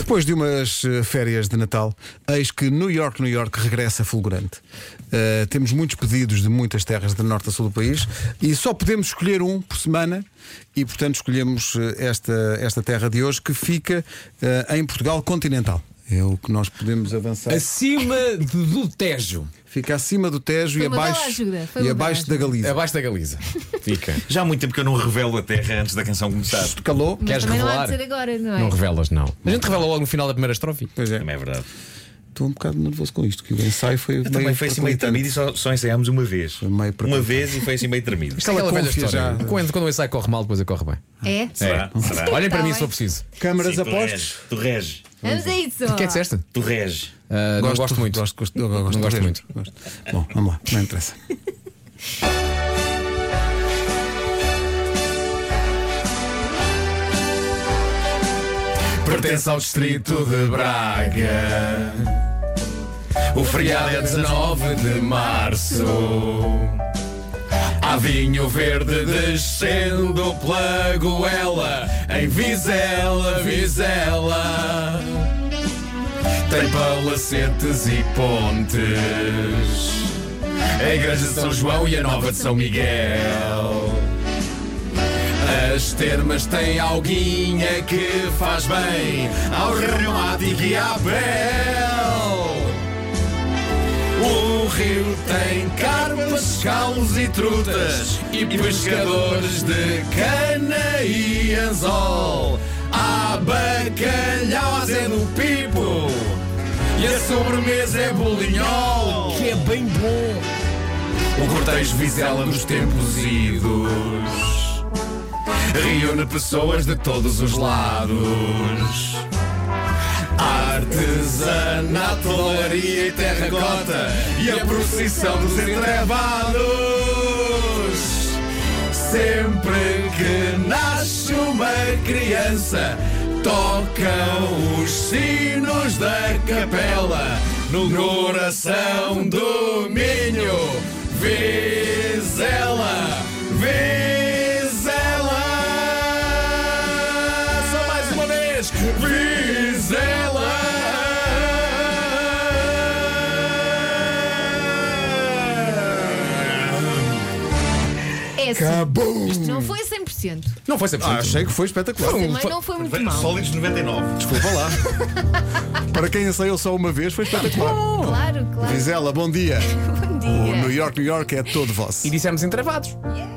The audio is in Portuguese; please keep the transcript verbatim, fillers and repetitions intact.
Depois de umas uh, férias de Natal, eis que New York, New York regressa fulgurante. Uh, temos muitos pedidos de muitas terras de norte a sul do país e só podemos escolher um por semana e, portanto, escolhemos uh, esta, esta terra de hoje que fica uh, em Portugal continental. É o que nós podemos avançar. Acima do, do Tejo. Fica acima do Tejo e abaixo, e abaixo da Galiza. Abaixo da Galiza. Fica. Já há muito tempo que eu não revelo a terra antes da canção começar. Isto calou. Mas Queres também não há revelar? de ser agora, não é? Não revelas, não. A gente revela logo no final da primeira estrofe. Pois é. Também é verdade. Estou um bocado nervoso com isto, que o ensaio foi Eu meio também foi assim meio perclitante. tremido e só, só ensaiámos uma vez. Foi meio Uma perclitante. vez e foi assim meio tremido. Isto é aquela velha confia história. já. Quando, quando o ensaio corre mal, depois ele corre bem. É? Será? Será? Olhem para Tá mim bem. se for preciso. Câmaras Sim, a tu postos. reges. Tu reges. Vamos a isso. O que é que disseste? Tu reges. Ah, não gosto muito. Gosto, gosto, eu gosto, Não gosto mesmo. muito. Gosto. Bom, vamos lá, não interessa. Pertence ao distrito de Braga. O feriado é dezanove de março. Há vinho verde descendo pela goela. Em Vizela, Vizela. Tem palacetes e pontes. A igreja de São João e a nova de São Miguel. As termas têm alguinha que faz bem ao reumático e à pele. O rio tem carpas, calos e trutas e pescadores de cana e anzol. Há bacalhau à Zé do Pipo e a sobremesa é bolinhol, que é bem bom. O cortejo Vizela dos tempos idos reúne pessoas de todos os lados. Artesanato, olaria e terracota e a procissão dos entrevados. Sempre que nasce uma criança, tocam os sinos da capela no coração do Minho. Vizela, Vizela. Só mais uma vez, Vizela. É assim. Cabum! Isto não foi cem por cento. Não foi sempre Ah, achei que foi espetacular. Também não foi muito mal. Sólidos noventa e nove. Desculpa lá. Para quem ensaiou só uma vez, foi espetacular. Claro, claro. Vizela, bom dia. Bom O New dia. York, New York é todo vosso. E dissemos entrevados. Yeah.